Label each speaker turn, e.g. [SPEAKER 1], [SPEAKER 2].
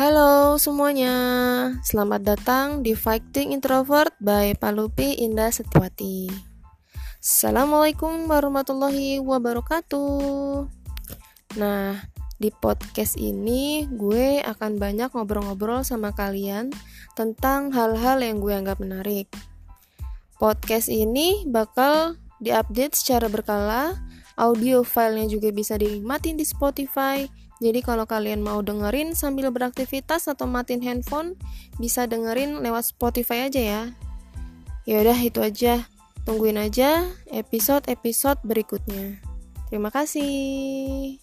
[SPEAKER 1] Halo semuanya, selamat datang di Fighting Introvert by Palupi Indah Setiawati. Assalamualaikum warahmatullahi wabarakatuh. Nah, di podcast ini gue akan banyak ngobrol-ngobrol sama kalian tentang hal-hal yang gue anggap menarik. Podcast ini bakal diupdate secara berkala, audio filenya juga bisa dinikmatin di Spotify. Jadi kalau kalian mau dengerin sambil beraktivitas atau matiin handphone, bisa dengerin lewat Spotify aja ya. Yaudah itu aja, tungguin aja episode-episode berikutnya. Terima kasih.